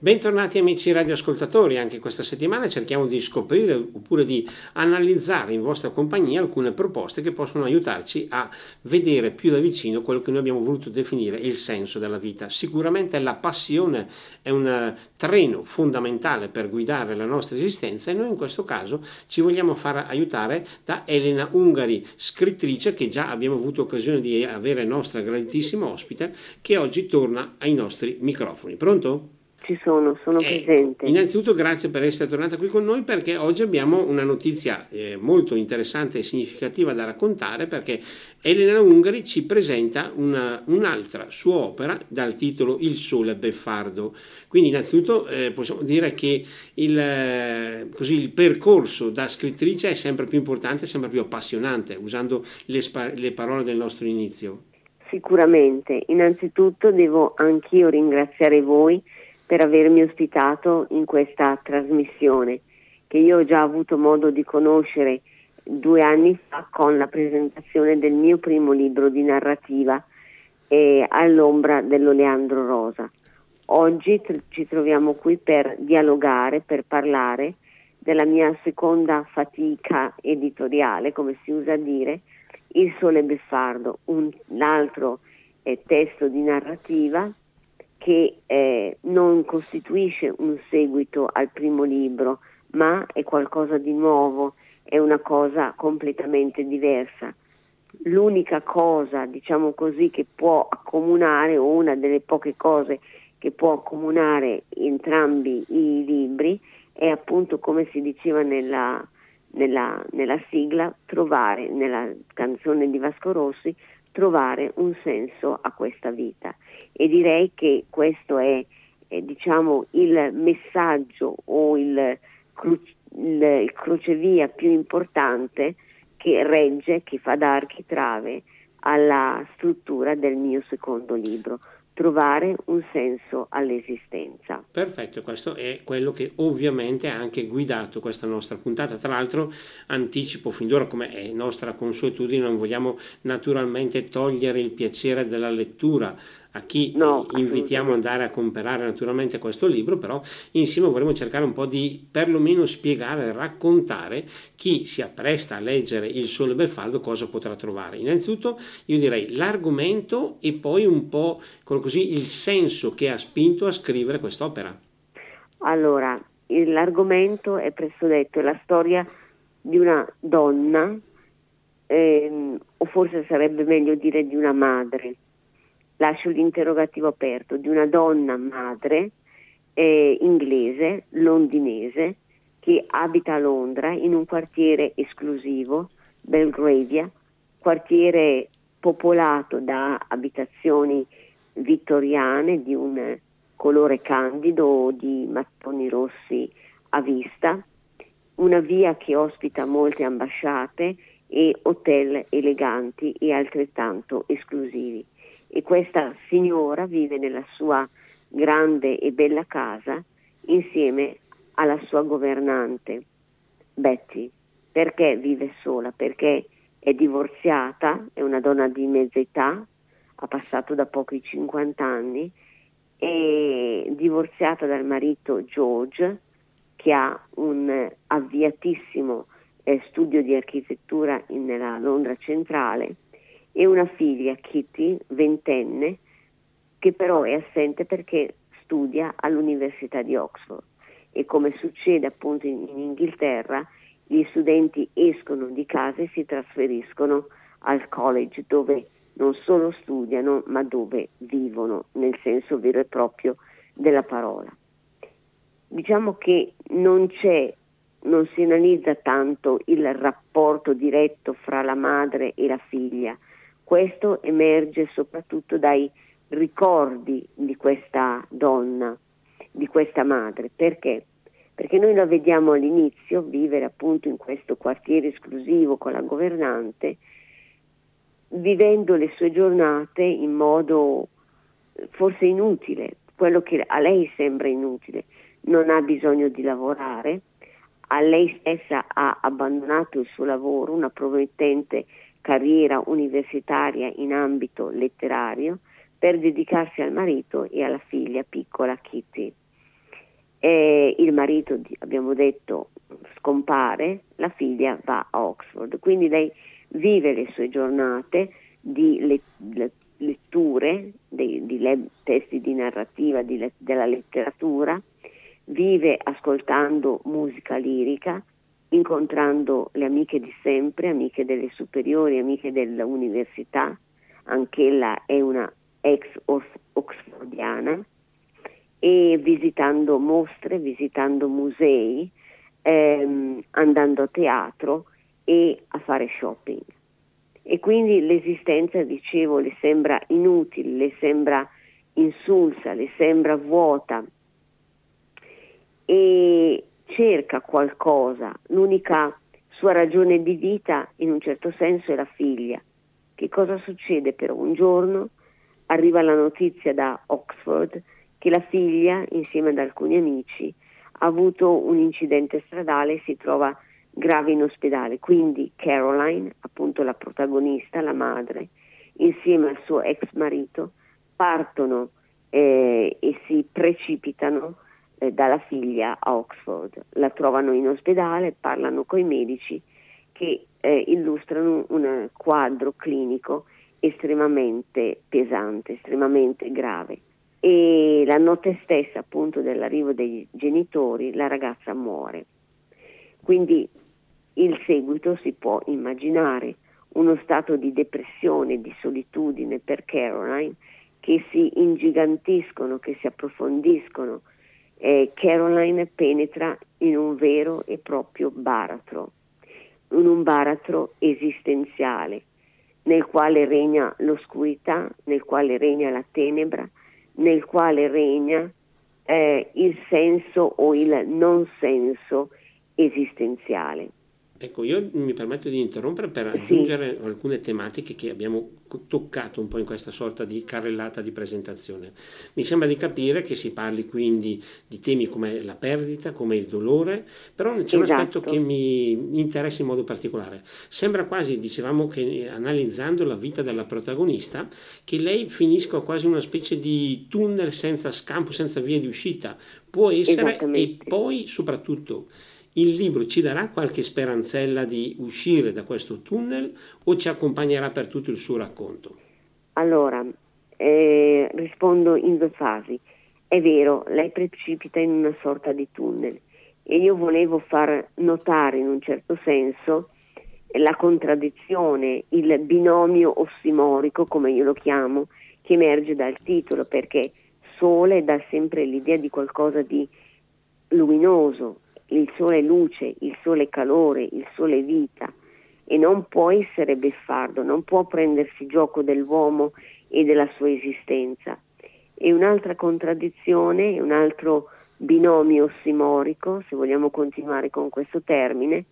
Bentornati amici radioascoltatori, anche questa settimana cerchiamo di scoprire oppure di analizzare in vostra compagnia alcune proposte che possono aiutarci a vedere più da vicino quello che noi abbiamo voluto definire il senso della vita. Sicuramente la passione è un treno fondamentale per guidare la nostra esistenza e noi in questo caso ci vogliamo far aiutare da Elena Ungari, scrittrice che già abbiamo avuto occasione di avere nostra graditissima ospite che oggi torna ai nostri microfoni. Pronto? Ci sono Ecco, presente. innanzitutto grazie per essere tornata qui con noi perché oggi abbiamo una notizia molto interessante e significativa da raccontare perché Elena Ungari ci presenta un'altra sua opera dal titolo Il sole beffardo. Quindi innanzitutto possiamo dire che il percorso da scrittrice è sempre più importante, sempre più appassionante, usando le parole del nostro inizio. Sicuramente. Innanzitutto devo anch'io ringraziare voi per avermi ospitato in questa trasmissione, che io ho già avuto modo di conoscere 2 anni fa con la presentazione del mio primo libro di narrativa, All'ombra dell'oleandro rosa. Oggi ci troviamo qui per dialogare, per parlare della mia seconda fatica editoriale, come si usa dire, Il sole beffardo, un altro testo di narrativa che non costituisce un seguito al primo libro, ma è qualcosa di nuovo, è una cosa completamente diversa. L'unica cosa, diciamo così, che può accomunare, o una delle poche cose che può accomunare entrambi i libri, è appunto, come si diceva nella sigla, trovare, nella canzone di Vasco Rossi, trovare un senso a questa vita. E direi che questo è diciamo il messaggio o il crocevia più importante che regge, che fa da architrave alla struttura del mio secondo libro, trovare un senso all'esistenza. Perfetto, questo è quello che ovviamente ha anche guidato questa nostra puntata. Tra l'altro anticipo fin d'ora, come è nostra consuetudine, non vogliamo naturalmente togliere il piacere della lettura a chi No, invitiamo ad assolutamente. andare a comprare naturalmente questo libro, però insieme vorremmo cercare un po' di perlomeno spiegare, raccontare chi si appresta a leggere Il Sole Beffardo cosa potrà trovare. Innanzitutto io direi l'argomento e poi un po' così il senso che ha spinto a scrivere quest'opera. Allora, l'argomento è presto detto, è la storia di una donna, o forse sarebbe meglio dire di una madre, lascio l'interrogativo aperto, di una donna madre inglese, londinese, che abita a Londra in un quartiere esclusivo, Belgravia, quartiere popolato da abitazioni vittoriane di un colore candido di mattoni rossi a vista, una via che ospita molte ambasciate e hotel eleganti e altrettanto esclusivi. E questa signora vive nella sua grande e bella casa insieme alla sua governante, Betty. Perché vive sola? Perché è divorziata, è una donna di mezza età, ha passato da poco i 50 anni, è divorziata dal marito George, che ha un avviatissimo studio di architettura nella Londra centrale, e una figlia, Kitty, ventenne, che però è assente perché studia all'Università di Oxford. E come succede appunto in Inghilterra, gli studenti escono di casa e si trasferiscono al college, dove non solo studiano, ma dove vivono, nel senso vero e proprio della parola. Diciamo che non si analizza tanto il rapporto diretto fra la madre e la figlia. Questo emerge soprattutto dai ricordi di questa donna, di questa madre. Perché? Perché noi la vediamo all'inizio vivere appunto in questo quartiere esclusivo con la governante, vivendo le sue giornate in modo forse inutile, quello che a lei sembra inutile. Non ha bisogno di lavorare, a lei stessa ha abbandonato il suo lavoro, una promettente carriera universitaria in ambito letterario, per dedicarsi al marito e alla figlia piccola Kitty. Il marito, abbiamo detto, scompare, la figlia va a Oxford, quindi lei vive le sue giornate di letture, di testi di narrativa, della letteratura, vive ascoltando musica lirica, incontrando le amiche di sempre, amiche delle superiori, amiche dell'università, anch'ella è una ex oxfordiana, e visitando mostre, visitando musei, andando a teatro e a fare shopping. E quindi l'esistenza, dicevo, le sembra inutile, le sembra insulsa, le sembra vuota, e cerca qualcosa. L'unica sua ragione di vita in un certo senso è la figlia. Che cosa succede però? Un giorno arriva la notizia da Oxford che la figlia, insieme ad alcuni amici, ha avuto un incidente stradale e si trova grave in ospedale. Quindi Caroline, appunto la protagonista, la madre, insieme al suo ex marito, partono e si precipitano dalla figlia a Oxford. La trovano in ospedale, parlano coi medici che illustrano un quadro clinico estremamente pesante, estremamente grave. E la notte stessa, appunto, dell'arrivo dei genitori, la ragazza muore. Quindi il seguito si può immaginare: uno stato di depressione, di solitudine per Caroline, che si ingigantiscono, che si approfondiscono. Caroline penetra in un vero e proprio baratro, in un baratro esistenziale, nel quale regna l'oscurità, nel quale regna la tenebra, nel quale regna il senso o il non senso esistenziale. Ecco, io mi permetto di interrompere per aggiungere alcune tematiche che abbiamo toccato un po' in questa sorta di carrellata di presentazione. Mi sembra di capire che si parli quindi di temi come la perdita, come il dolore, però c'è un aspetto che mi interessa in modo particolare. Sembra quasi, dicevamo, che analizzando la vita della protagonista, che lei finisca quasi una specie di tunnel senza scampo, senza via di uscita. Può essere, e poi soprattutto il libro ci darà qualche speranzella di uscire da questo tunnel o ci accompagnerà per tutto il suo racconto? Allora, rispondo in due fasi. È vero, lei precipita in una sorta di tunnel e io volevo far notare in un certo senso la contraddizione, il binomio ossimorico, come io lo chiamo, che emerge dal titolo, perché sole dà sempre l'idea di qualcosa di luminoso. Il sole è luce, il sole è calore, il sole è vita, e non può essere beffardo, non può prendersi gioco dell'uomo e della sua esistenza. E un'altra contraddizione, un altro binomio ossimorico, se vogliamo continuare con questo termine,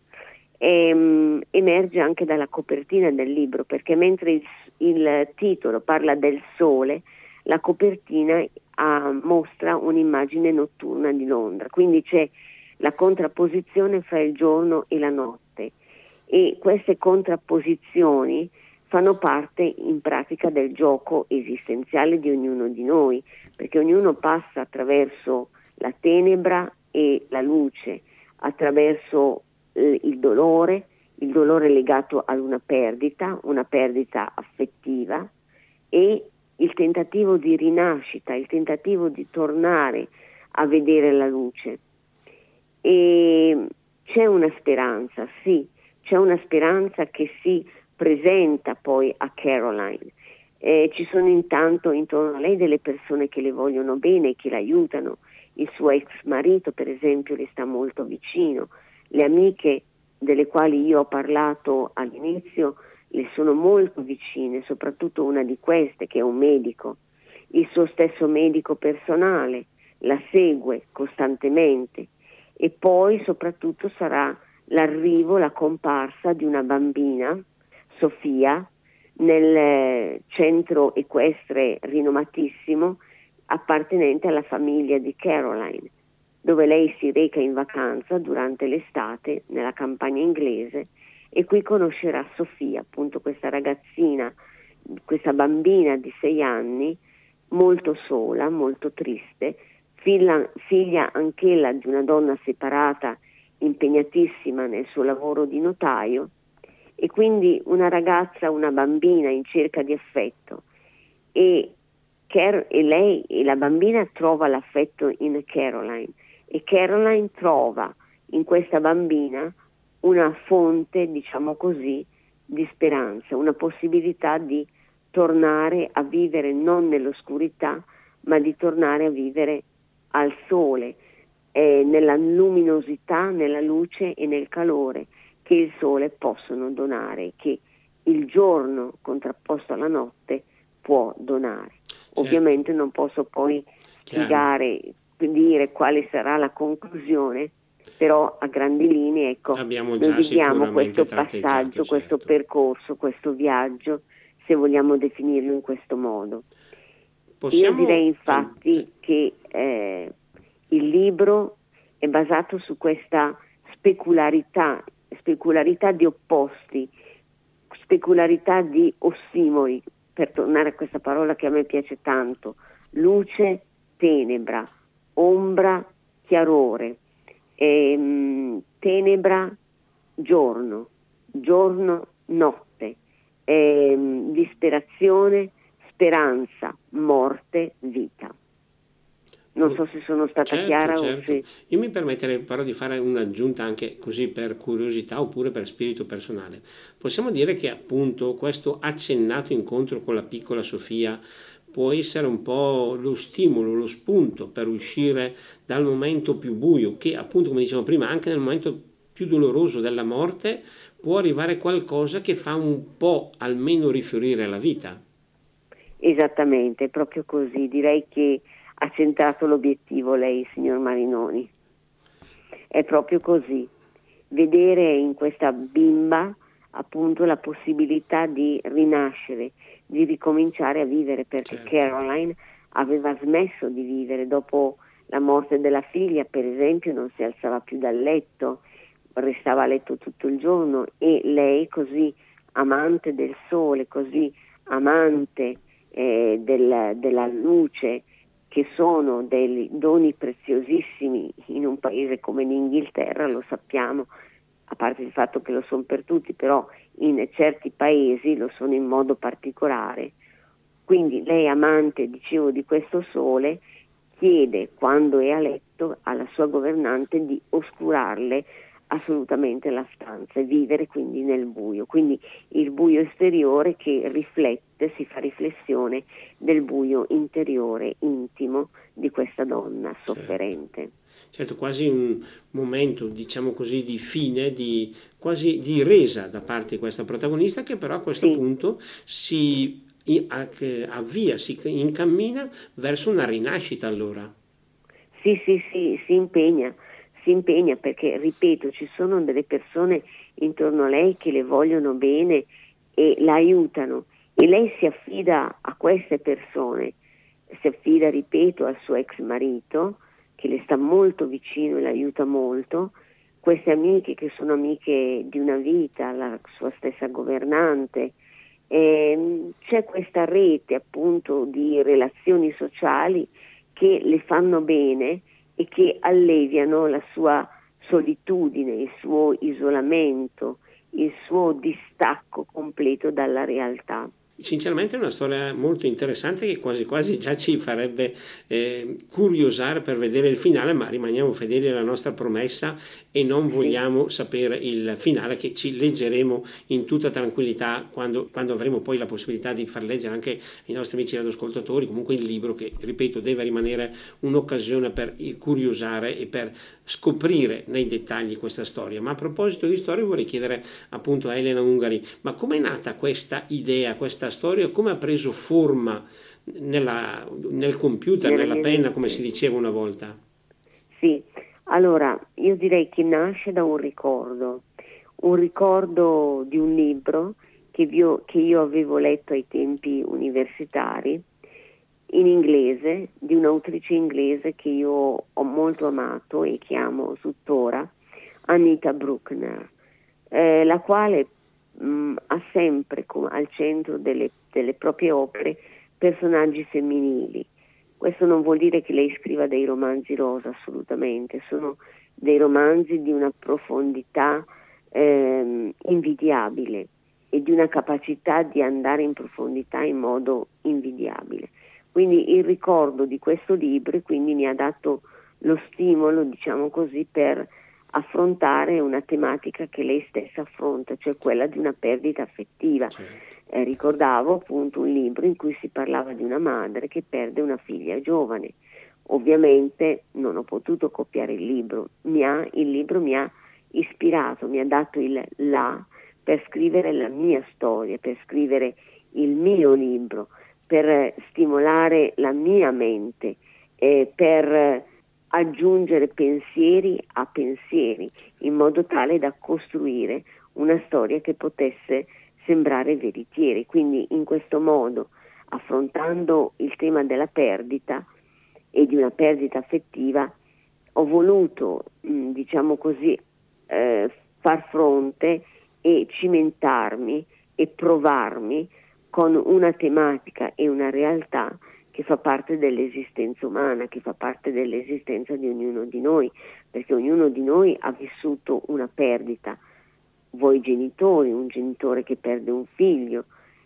emerge anche dalla copertina del libro, perché mentre il titolo parla del sole, la copertina mostra un'immagine notturna di Londra, quindi c'è la contrapposizione fra il giorno e la notte, e queste contrapposizioni fanno parte in pratica del gioco esistenziale di ognuno di noi, perché ognuno passa attraverso la tenebra e la luce, attraverso il dolore legato ad una perdita affettiva, e il tentativo di rinascita, il tentativo di tornare a vedere la luce. E c'è una speranza, sì, c'è una speranza che si presenta poi a Caroline. Ci sono intanto intorno a lei delle persone che le vogliono bene, che l'aiutano. Il suo ex marito, per esempio, le sta molto vicino. Le amiche delle quali io ho parlato all'inizio le sono molto vicine, soprattutto una di queste che è un medico. Il suo stesso medico personale la segue costantemente. E poi soprattutto sarà l'arrivo, la comparsa di una bambina, Sofia, nel centro equestre rinomatissimo appartenente alla famiglia di Caroline, dove lei si reca in vacanza durante l'estate nella campagna inglese, e qui conoscerà Sofia, appunto questa ragazzina, questa bambina di 6 anni, molto sola, molto triste, figlia anch'ella di una donna separata, impegnatissima nel suo lavoro di notaio, e quindi una ragazza, una bambina in cerca di affetto, e lei e la bambina trova l'affetto in Caroline, e Caroline trova in questa bambina una fonte, diciamo così, di speranza, una possibilità di tornare a vivere non nell'oscurità, ma di tornare a vivere al sole, nella luminosità, nella luce e nel calore che il sole possono donare, che il giorno contrapposto alla notte può donare. Certo. Ovviamente non posso poi spiegare, dire quale sarà la conclusione, però a grandi linee, ecco, noi vediamo questo passaggio, questo percorso, questo viaggio, se vogliamo definirlo in questo modo. Io direi infatti che il libro è basato su questa specularità di opposti, specularità di ossimori, per tornare a questa parola che a me piace tanto: luce, tenebra, ombra, chiarore, tenebra, giorno, notte, disperazione, speranza, morte, vita. Non so se sono stata chiara. Certo. Io mi permetterei però di fare un'aggiunta anche così per curiosità oppure per spirito personale. Possiamo dire che appunto questo accennato incontro con la piccola Sofia può essere un po' lo stimolo, lo spunto per uscire dal momento più buio, che appunto, come dicevamo prima, anche nel momento più doloroso della morte può arrivare qualcosa che fa un po' almeno rifiorire la vita. Esattamente, proprio così. Direi che ha centrato l'obiettivo lei, signor Marinoni. È proprio così. Vedere in questa bimba appunto la possibilità di rinascere, di ricominciare a vivere, perché certo. Caroline aveva smesso di vivere dopo la morte della figlia, per esempio, non si alzava più dal letto, restava a letto tutto il giorno, e lei, così amante del sole, così amante della luce, che sono dei doni preziosissimi in un paese come l'Inghilterra, lo sappiamo, a parte il fatto che lo sono per tutti, però in certi paesi lo sono in modo particolare. Quindi lei, amante, dicevo, di questo sole, chiede, quando è a letto, alla sua governante di oscurarle assolutamente la stanza e vivere quindi nel buio, quindi il buio esteriore che riflette, si fa riflessione del buio interiore, intimo di questa donna sofferente. Certo, quasi un momento, diciamo così, di fine, quasi di resa da parte di questa protagonista, che però a questo punto si avvia, si incammina verso una rinascita allora. Sì, si impegna perché, ripeto, ci sono delle persone intorno a lei che le vogliono bene e la aiutano, e lei si affida a queste persone, si affida, ripeto, al suo ex marito che le sta molto vicino e la aiuta molto, queste amiche che sono amiche di una vita, la sua stessa governante, c'è questa rete appunto di relazioni sociali che le fanno bene e che alleviano la sua solitudine, il suo isolamento, il suo distacco completo dalla realtà. Sinceramente è una storia molto interessante che quasi quasi già ci farebbe curiosare per vedere il finale, ma rimaniamo fedeli alla nostra promessa e non vogliamo sapere il finale, che ci leggeremo in tutta tranquillità quando avremo poi la possibilità di far leggere anche ai nostri amici radioascoltatori comunque il libro, che, ripeto, deve rimanere un'occasione per curiosare e per scoprire nei dettagli questa storia. Ma a proposito di storia vorrei chiedere appunto a Elena Ungari, ma com'è nata questa idea, questa storia, come ha preso forma nel computer, nella penna, come si diceva una volta? Sì, allora io direi che nasce da un ricordo di un libro che io avevo letto ai tempi universitari, in inglese, di un'autrice inglese che io ho molto amato e che amo tuttora, Anita Bruckner, la quale ha sempre al centro delle proprie opere personaggi femminili, Questo non vuol dire che lei scriva dei romanzi rosa, assolutamente, sono dei romanzi di una profondità invidiabile e di una capacità di andare in profondità in modo invidiabile. Quindi il ricordo di questo libro quindi mi ha dato lo stimolo, diciamo così, per affrontare una tematica che lei stessa affronta, cioè quella di una perdita affettiva. Ricordavo appunto un libro in cui si parlava di una madre che perde una figlia giovane. Ovviamente non ho potuto copiare il libro mi ha ispirato, mi ha dato il là per scrivere la mia storia, per scrivere il mio libro, per stimolare la mia mente, per aggiungere pensieri a pensieri, in modo tale da costruire una storia che potesse sembrare veritiera. Quindi in questo modo, affrontando il tema della perdita e di una perdita affettiva, ho voluto, diciamo così, far fronte e cimentarmi e provarmi con una tematica e una realtà che fa parte dell'esistenza umana, che fa parte dell'esistenza di ognuno di noi, perché ognuno di noi ha vissuto una perdita, voi genitori, un genitore che perde un figlio,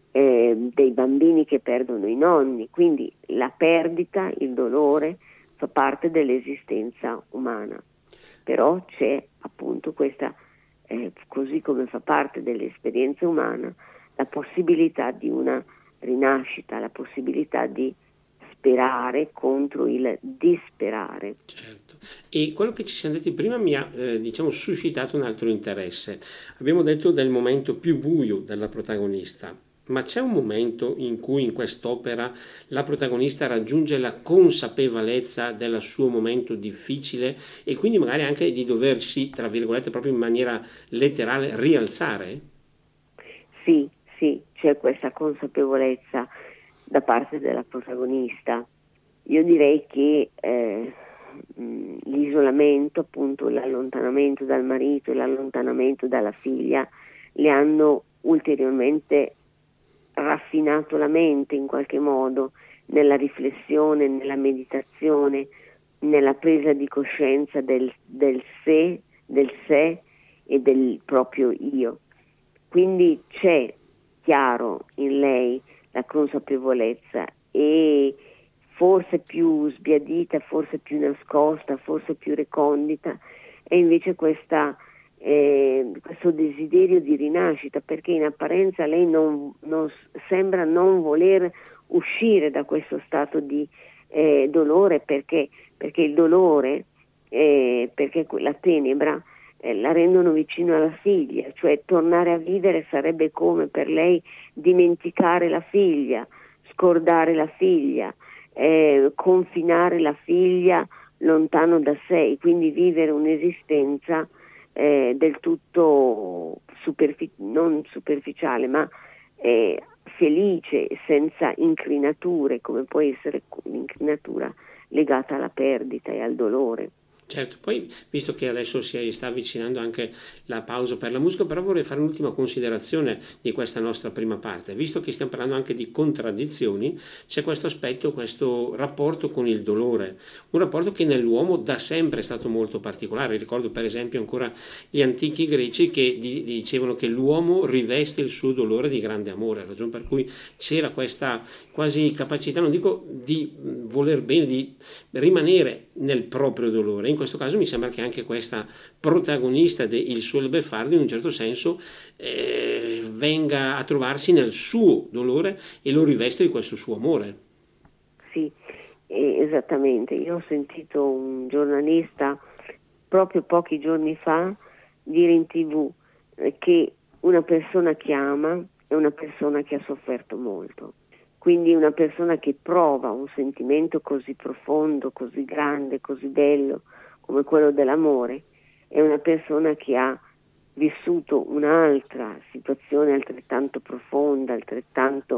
dei bambini che perdono i nonni, quindi la perdita, il dolore fa parte dell'esistenza umana, però c'è appunto questa, così come fa parte dell'esperienza umana, la possibilità di una rinascita, la possibilità di sperare contro il disperare. Certo. E quello che ci siamo detti prima mi ha diciamo suscitato un altro interesse. Abbiamo detto del momento più buio della protagonista, ma c'è un momento in cui in quest'opera la protagonista raggiunge la consapevolezza del suo momento difficile e quindi magari anche di doversi, tra virgolette, proprio in maniera letterale, rialzare? Sì, c'è questa consapevolezza da parte della protagonista. Io direi che l'isolamento, appunto l'allontanamento dal marito e l'allontanamento dalla figlia le hanno ulteriormente raffinato la mente in qualche modo, nella riflessione, nella meditazione, nella presa di coscienza del sé e del proprio io. Quindi c'è chiaro in lei la consapevolezza, e forse più sbiadita, forse più nascosta, forse più recondita, è invece questo desiderio di rinascita, perché in apparenza lei non sembra non voler uscire da questo stato di dolore, perché il dolore, perché la tenebra la rendono vicino alla figlia, cioè tornare a vivere sarebbe come per lei dimenticare la figlia, scordare la figlia, confinare la figlia lontano da sé, quindi vivere un'esistenza del tutto non superficiale, ma felice, senza incrinature, come può essere l'incrinatura legata alla perdita e al dolore. Certo, poi visto che adesso si sta avvicinando anche la pausa per la musica, però vorrei fare un'ultima considerazione di questa nostra prima parte. Visto che stiamo parlando anche di contraddizioni, c'è questo aspetto, questo rapporto con il dolore, un rapporto che nell'uomo da sempre è stato molto particolare. Ricordo per esempio ancora gli antichi greci che dicevano che l'uomo riveste il suo dolore di grande amore, ragione per cui c'era questa quasi capacità, non dico di voler bene, di rimanere nel proprio dolore. In questo caso mi sembra che anche questa protagonista del suo beffardo in un certo senso venga a trovarsi nel suo dolore e lo riveste di questo suo amore. Sì, esattamente. Io ho sentito un giornalista proprio pochi giorni fa dire in TV che una persona che ama è una persona che ha sofferto molto. Quindi una persona che prova un sentimento così profondo, così grande, così bello come quello dell'amore, è una persona che ha vissuto un'altra situazione altrettanto profonda, altrettanto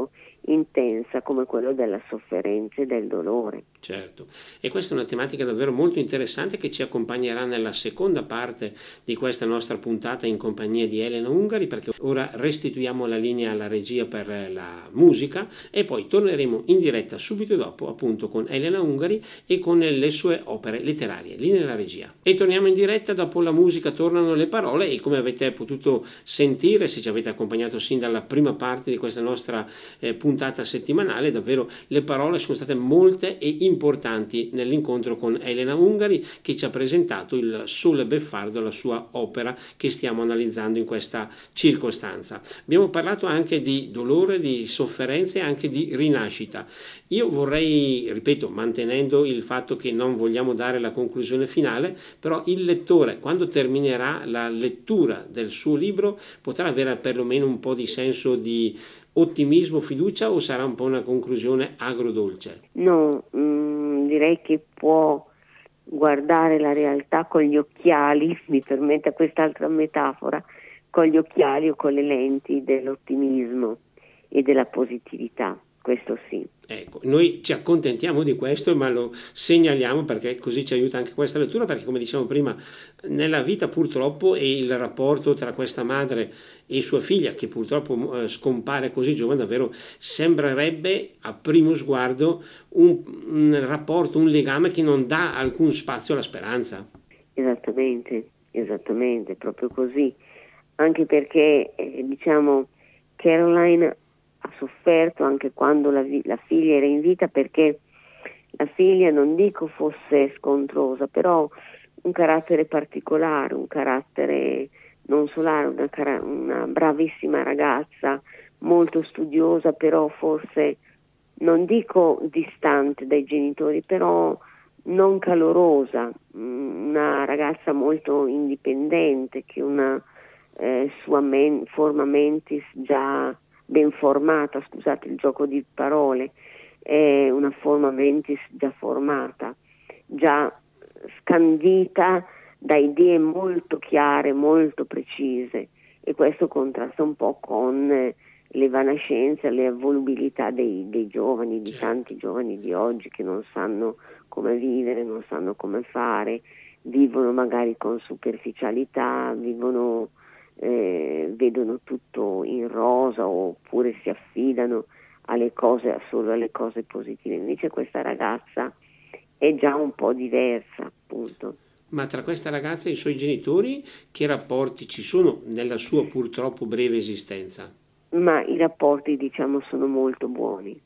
intensa come quello della sofferenza e del dolore. Certo, e questa è una tematica davvero molto interessante che ci accompagnerà nella seconda parte di questa nostra puntata in compagnia di Elena Ungari, perché ora restituiamo la linea alla regia per la musica e poi torneremo in diretta subito dopo appunto con Elena Ungari e con le sue opere letterarie. Linea alla regia. E torniamo in diretta, dopo la musica tornano le parole e come avete potuto sentire, se ci avete accompagnato sin dalla prima parte di questa nostra puntata settimanale, davvero le parole sono state molte e importanti nell'incontro con Elena Ungari, che ci ha presentato Il Sole Beffardo, la sua opera che stiamo analizzando in questa circostanza. Abbiamo parlato anche di dolore, di sofferenze e anche di rinascita. Io vorrei, ripeto, mantenendo il fatto che non vogliamo dare la conclusione finale, però il lettore, quando terminerà la lettura del suo libro, potrà avere perlomeno un po' di senso di ottimismo, fiducia, o sarà un po' una conclusione agrodolce? No, direi che può guardare la realtà con gli occhiali, mi permetta quest'altra metafora, con gli occhiali o con le lenti dell'ottimismo e della positività, questo sì. Ecco, noi ci accontentiamo di questo, ma lo segnaliamo perché così ci aiuta anche questa lettura, perché come dicevamo prima, nella vita purtroppo e il rapporto tra questa madre e sua figlia, che purtroppo scompare così giovane, davvero sembrerebbe a primo sguardo un rapporto, un legame che non dà alcun spazio alla speranza. Esattamente, proprio così. Anche perché, diciamo, Caroline ha sofferto anche quando la figlia era in vita, perché la figlia, non dico fosse scontrosa, però un carattere particolare, un carattere non solare, una bravissima ragazza, molto studiosa, però forse, non dico distante dai genitori, però non calorosa, una ragazza molto indipendente, che una sua forma mentis già ben formata, scusate il gioco di parole, una forma mentis già formata, già scandita da idee molto chiare, molto precise, e questo contrasta un po' con l'evanescenza, le volubilità dei giovani, di tanti giovani di oggi che non sanno come vivere, non sanno come fare, vivono magari con superficialità, vedono tutto in rosa, oppure si affidano solo alle cose positive. Invece questa ragazza è già un po' diversa, appunto. Ma tra questa ragazza e i suoi genitori che rapporti ci sono nella sua purtroppo breve esistenza? Ma i rapporti, diciamo, sono molto buoni.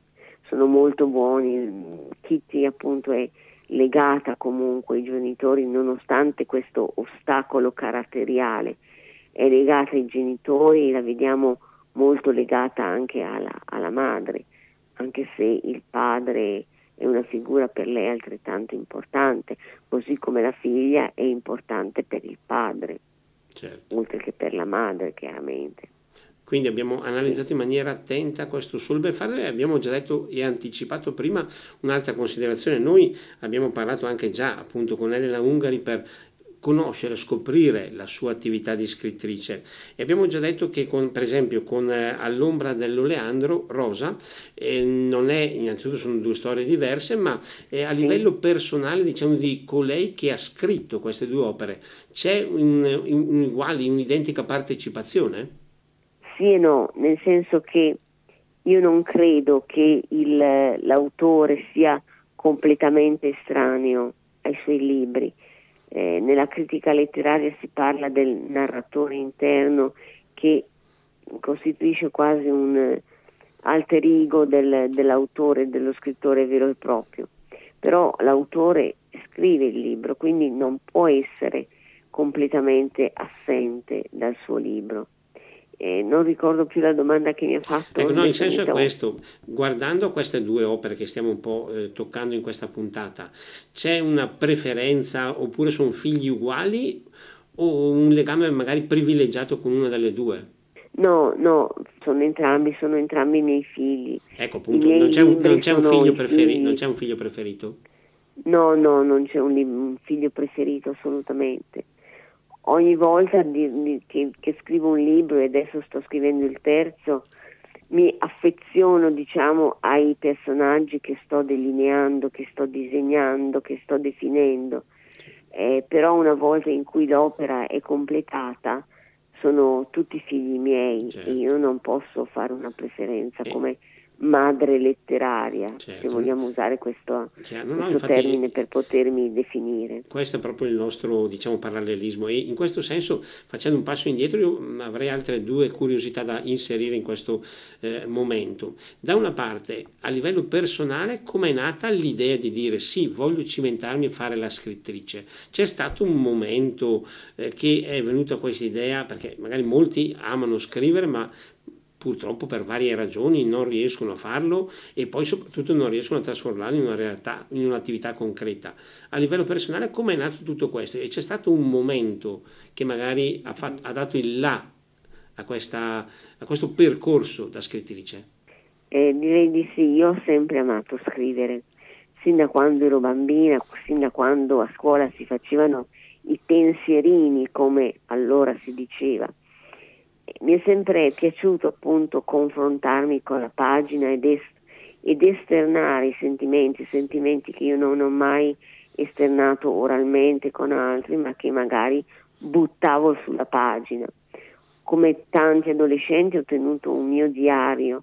Kitty appunto è legata comunque ai genitori, nonostante questo ostacolo caratteriale, è legata ai genitori, la vediamo molto legata anche alla madre, anche se il padre è una figura per lei altrettanto importante, così come la figlia è importante per il padre, certo, oltre che per la madre, chiaramente. Quindi abbiamo analizzato in maniera attenta questo Sole Beffardo e abbiamo già detto e anticipato prima un'altra considerazione. Noi abbiamo parlato anche già appunto con Elena Ungari per conoscere, scoprire la sua attività di scrittrice, e abbiamo già detto che per esempio con All'ombra dell'oleandro, Rosa, non è, innanzitutto sono due storie diverse, ma a livello personale, diciamo, di colei che ha scritto queste due opere c'è un'identica partecipazione? Sì e no, nel senso che io non credo che l'autore sia completamente estraneo ai suoi libri. Nella critica letteraria si parla del narratore interno che costituisce quasi un alter ego dell'autore, dello scrittore vero e proprio. Però l'autore scrive il libro, quindi non può essere completamente assente dal suo libro. Non ricordo più la domanda che mi ha fatto. Ecco, no, il senso è questo: guardando queste due opere che stiamo un po' toccando in questa puntata, c'è una preferenza, oppure sono figli uguali, o un legame magari privilegiato con una delle due? No, sono entrambi i miei figli. Ecco, appunto, non c'è un figlio preferito, non c'è un figlio preferito? No, non c'è un figlio preferito, assolutamente. Ogni volta che scrivo un libro, e adesso sto scrivendo il terzo, mi affeziono, diciamo, ai personaggi che sto delineando, che sto disegnando, che sto definendo. Però una volta in cui l'opera è completata, sono tutti figli miei, certo. e io non posso fare una preferenza come madre letteraria, certo. se vogliamo usare questo infatti, termine per potermi definire. Questo è proprio il nostro, diciamo, parallelismo, e in questo senso, facendo un passo indietro, io avrei altre due curiosità da inserire in questo momento. Da una parte, a livello personale, com'è nata l'idea di dire sì, voglio cimentarmi e fare la scrittrice? C'è stato un momento che è venuta questa idea, perché magari molti amano scrivere, ma purtroppo per varie ragioni non riescono a farlo, e poi soprattutto non riescono a trasformarlo in una realtà, in un'attività concreta. A livello personale, come è nato tutto questo? E c'è stato un momento che magari ha dato il là a questo percorso da scrittrice? Direi di sì, io ho sempre amato scrivere, sin da quando ero bambina, sin da quando a scuola si facevano i pensierini, come allora si diceva. Mi è sempre piaciuto appunto confrontarmi con la pagina ed esternare i sentimenti che io non ho mai esternato oralmente con altri, ma che magari buttavo sulla pagina. Come tanti adolescenti ho tenuto un mio diario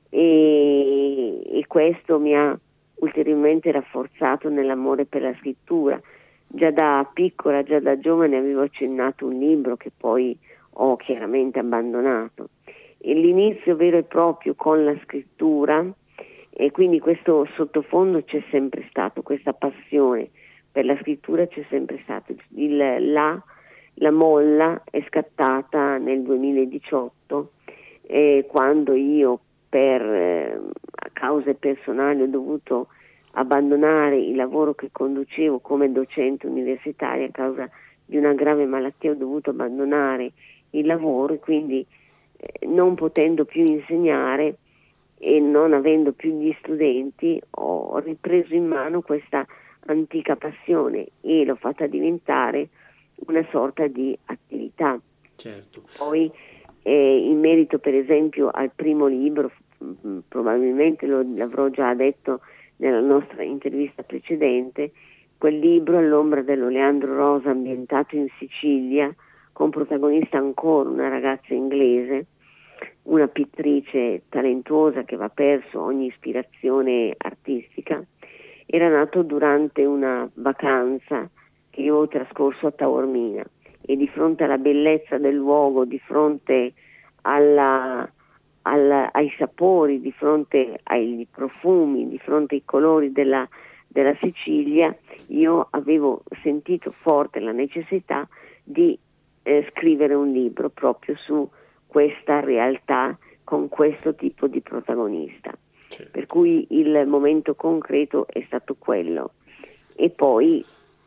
e questo mi ha ulteriormente rafforzato nell'amore per la scrittura. Già da piccola, già da giovane avevo accennato un libro che poi ho chiaramente abbandonato. E l'inizio vero e proprio con la scrittura, e quindi questo sottofondo c'è sempre stato, questa passione per la scrittura c'è sempre stato. La molla è scattata nel 2018, quando io a cause personali ho dovuto abbandonare il lavoro che conducevo come docente universitaria. A causa di una grave malattia ho dovuto abbandonare il lavoro, e quindi non potendo più insegnare e non avendo più gli studenti, ho ripreso in mano questa antica passione e l'ho fatta diventare una sorta di attività. Certo. Poi in merito per esempio al primo libro, probabilmente l'avrò già detto nella nostra intervista precedente, quel libro All'ombra dell'oleandro rosa, ambientato in Sicilia, con protagonista ancora una ragazza inglese, una pittrice talentuosa che va perso ogni ispirazione artistica, era nato durante una vacanza che io ho trascorso a Taormina, e di fronte alla bellezza del luogo, di fronte ai sapori, di fronte ai profumi, di fronte ai colori della Sicilia, io avevo sentito forte la necessità di scrivere un libro proprio su questa realtà con questo tipo di protagonista. Per cui il momento concreto è stato quello, e poi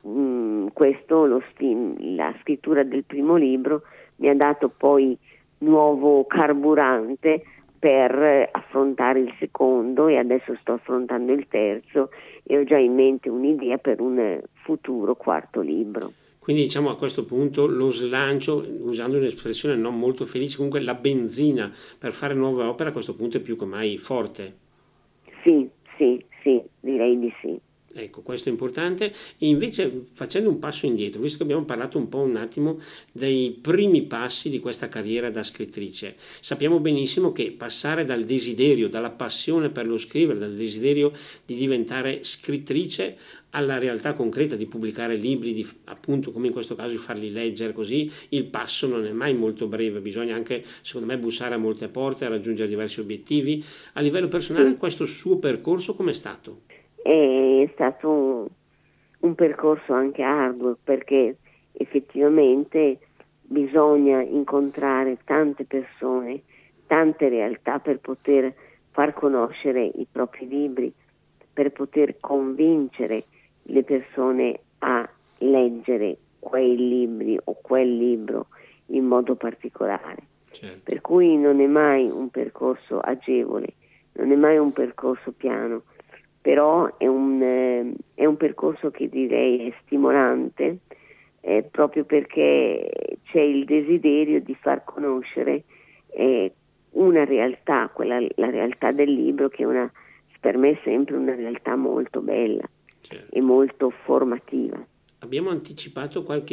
la scrittura del primo libro mi ha dato poi nuovo carburante per affrontare il secondo, e adesso sto affrontando il terzo e ho già in mente un'idea per un futuro quarto libro. Quindi diciamo a questo punto lo slancio, usando un'espressione non molto felice, comunque la benzina per fare nuove opere a questo punto è più che mai forte. Sì, direi di sì. Ecco, questo è importante. E invece, facendo un passo indietro, visto che abbiamo parlato un attimo dei primi passi di questa carriera da scrittrice, sappiamo benissimo che passare dal desiderio, dalla passione per lo scrivere, dal desiderio di diventare scrittrice, alla realtà concreta di pubblicare libri, di, appunto come in questo caso, di farli leggere, così il passo non è mai molto breve, bisogna anche, secondo me, bussare a molte porte, raggiungere diversi obiettivi. A livello personale, questo suo percorso com'è stato? È stato un percorso anche arduo, perché effettivamente bisogna incontrare tante persone, tante realtà per poter far conoscere i propri libri, per poter convincere le persone a leggere quei libri o quel libro in modo particolare. Certo. Per cui non è mai un percorso agevole, non è mai un percorso piano, però è un percorso che direi è stimolante, proprio perché c'è il desiderio di far conoscere una realtà, la realtà del libro, che è per me è sempre una realtà molto bella, certo, e molto formativa. Abbiamo anticipato qualche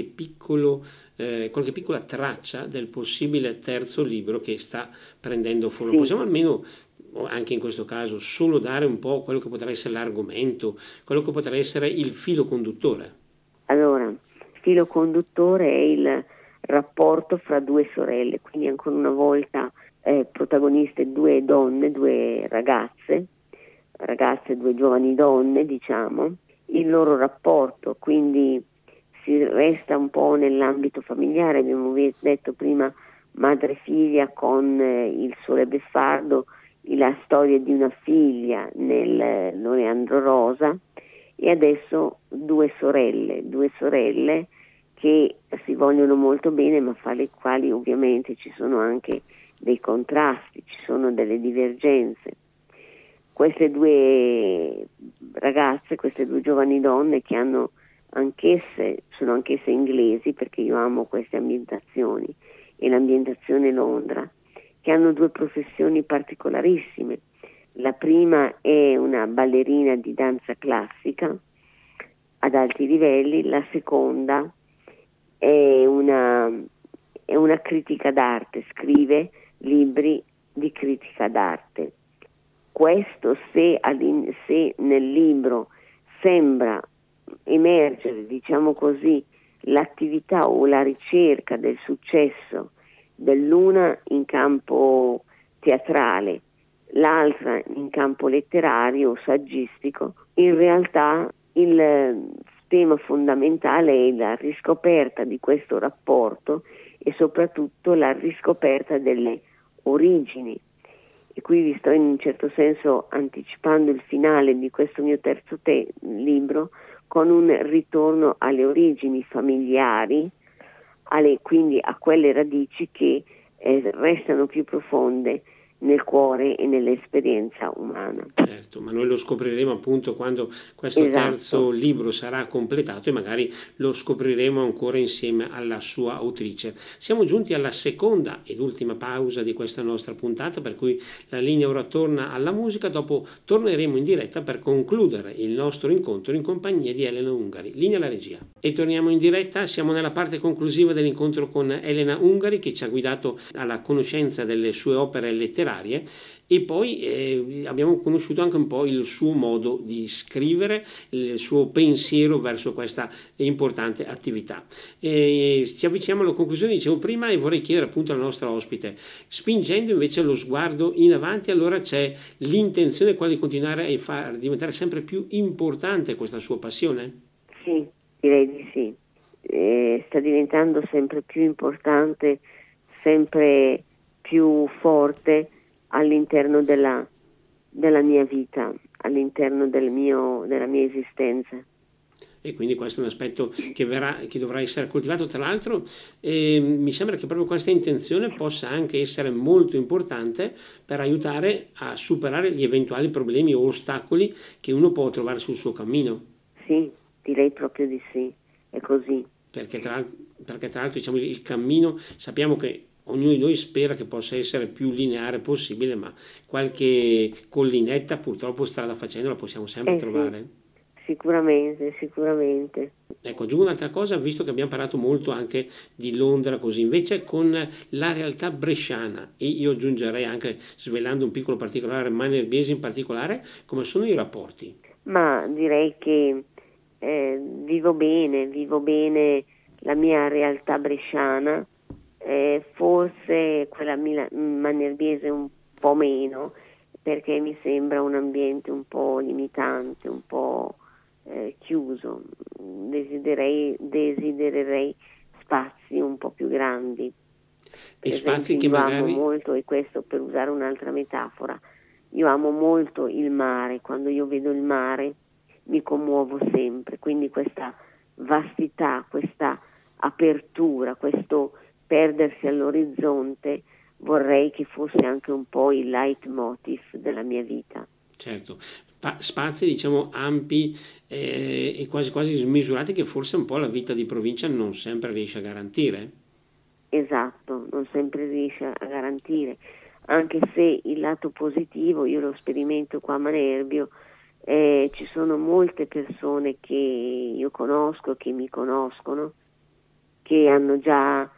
piccola traccia del possibile terzo libro che sta prendendo forma. Sì. Possiamo almeno, anche in questo caso, solo dare un po' quello che potrà essere l'argomento, quello che potrà essere il filo conduttore? Allora, il filo conduttore è il rapporto fra due sorelle, quindi ancora una volta protagoniste due donne, due ragazze, due giovani donne, diciamo, il loro rapporto, quindi si resta un po' nell'ambito familiare, abbiamo detto prima madre e figlia con Il Sole Beffardo, la storia di una figlia nel L'Oleandro Rosa, e adesso due sorelle che si vogliono molto bene, ma fra le quali ovviamente ci sono anche dei contrasti, ci sono delle divergenze. Queste due ragazze, queste due giovani donne che sono anch'esse inglesi, perché io amo queste ambientazioni e l'ambientazione Londra, che hanno due professioni particolarissime. La prima è una ballerina di danza classica ad alti livelli, la seconda è una critica d'arte, scrive libri di critica d'arte. Questo, se nel libro sembra emergere, diciamo così, l'attività o la ricerca del successo dell'una in campo teatrale, l'altra in campo letterario o saggistico, in realtà il tema fondamentale è la riscoperta di questo rapporto e soprattutto la riscoperta delle origini. E qui vi sto in un certo senso anticipando il finale di questo mio terzo libro, con un ritorno alle origini familiari, quindi a quelle radici che restano più profonde nel cuore e nell'esperienza umana. Certo, ma noi lo scopriremo appunto quando questo terzo libro sarà completato, e magari lo scopriremo ancora insieme alla sua autrice. Siamo giunti alla seconda ed ultima pausa di questa nostra puntata, per cui la linea ora torna alla musica. Dopo torneremo in diretta per concludere il nostro incontro in compagnia di Elena Ungari. Linea alla regia. E torniamo in diretta, siamo nella parte conclusiva dell'incontro con Elena Ungari, che ci ha guidato alla conoscenza delle sue opere letterarie, e poi abbiamo conosciuto anche un po' il suo modo di scrivere, il suo pensiero verso questa importante attività. Ci avviciniamo alla conclusione, dicevo prima, e vorrei chiedere appunto alla nostra ospite, spingendo invece lo sguardo in avanti, allora c'è l'intenzione quella di continuare a far diventare sempre più importante questa sua passione? Sì, direi di sì. Sta diventando sempre più importante, sempre più forte all'interno della mia vita, all'interno della mia esistenza. E quindi questo è un aspetto che dovrà essere coltivato. Tra l'altro mi sembra che proprio questa intenzione possa anche essere molto importante per aiutare a superare gli eventuali problemi o ostacoli che uno può trovare sul suo cammino. Sì, direi proprio di sì, è così. Perché tra l'altro diciamo, il cammino, sappiamo che ognuno di noi spera che possa essere più lineare possibile, ma qualche collinetta purtroppo strada facendo la possiamo sempre trovare. Sì. Sicuramente. Ecco, aggiungo un'altra cosa, visto che abbiamo parlato molto anche di Londra, così invece con la realtà bresciana, e io aggiungerei anche, svelando un piccolo particolare, manerbese in particolare, come sono i rapporti? Ma direi che vivo bene la mia realtà bresciana, forse quella manerbese un po' meno, perché mi sembra un ambiente un po' limitante, un po' chiuso. Desidererei spazi un po' più grandi. E spazi che magari... amo molto, e questo per usare un'altra metafora, io amo molto il mare. Quando io vedo il mare mi commuovo sempre, quindi questa vastità, questa apertura, questo perdersi all'orizzonte, vorrei che fosse anche un po' il leitmotiv della mia vita. Certo, spazi diciamo ampi e quasi quasi smisurati, che forse un po' la vita di provincia non sempre riesce a garantire. Esatto, non sempre riesce a garantire. anche se il lato positivo, io lo sperimento qua a Manerbio, ci sono molte persone che io conosco, che mi conoscono, che hanno già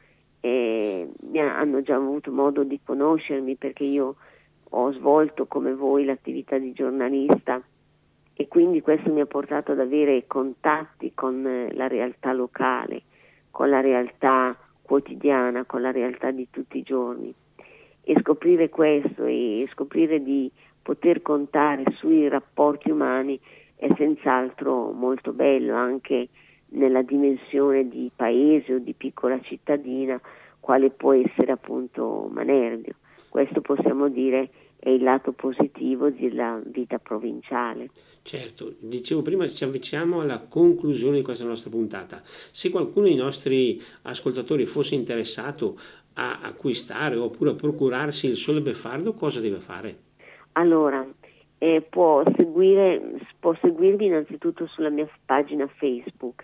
avuto modo di conoscermi, perché io ho svolto come voi l'attività di giornalista e quindi questo mi ha portato ad avere contatti con la realtà locale, con la realtà quotidiana, con la realtà di tutti i giorni, e scoprire questo e scoprire di poter contare sui rapporti umani è senz'altro molto bello, anche nella dimensione di paese o di piccola cittadina quale può essere appunto Manerbio. Questo possiamo dire è il lato positivo della vita provinciale. Certo, dicevo prima, ci avviciniamo alla conclusione di questa nostra puntata. Se qualcuno dei nostri ascoltatori fosse interessato a acquistare oppure a procurarsi il Sole Beffardo, cosa deve fare? Allora, può seguirmi innanzitutto sulla mia pagina Facebook,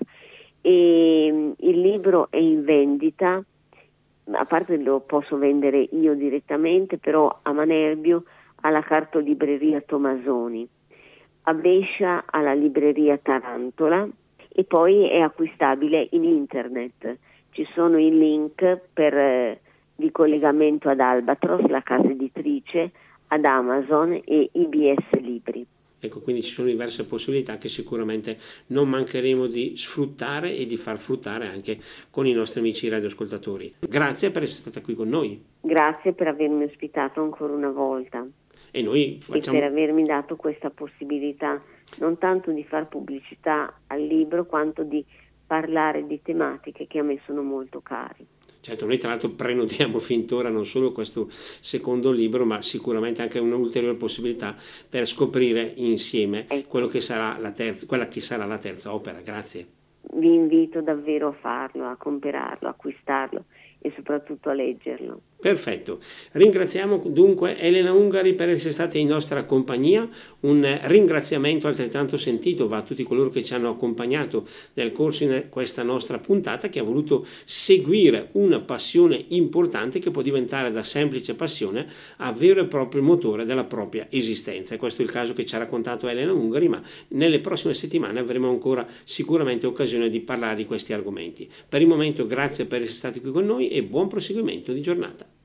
e il libro è in vendita, a parte lo posso vendere io direttamente, però a Manerbio alla cartolibreria Tomasoni, a Brescia alla libreria Tarantola, e poi è acquistabile in internet. Ci sono i link di collegamento ad Albatros, la casa editrice, ad Amazon e IBS Libri. Ecco, quindi ci sono diverse possibilità che sicuramente non mancheremo di sfruttare e di far fruttare anche con i nostri amici radioascoltatori. Grazie per essere stata qui con noi. Grazie per avermi ospitato ancora una volta. E noi facciamo... E per avermi dato questa possibilità non tanto di far pubblicità al libro quanto di parlare di tematiche che a me sono molto cari. Certo, noi tra l'altro prenotiamo fin d'ora non solo questo secondo libro, ma sicuramente anche un'ulteriore possibilità per scoprire insieme quella che sarà la terza opera. Grazie. Vi invito davvero a farlo, a comprarlo, a acquistarlo e soprattutto a leggerlo. Perfetto, ringraziamo dunque Elena Ungari per essere stata in nostra compagnia. Un ringraziamento altrettanto sentito va a tutti coloro che ci hanno accompagnato nel corso di questa nostra puntata, che ha voluto seguire una passione importante che può diventare da semplice passione a vero e proprio motore della propria esistenza. E questo è il caso che ci ha raccontato Elena Ungari, ma nelle prossime settimane avremo ancora sicuramente occasione di parlare di questi argomenti. Per il momento grazie per essere stati qui con noi e buon proseguimento di giornata.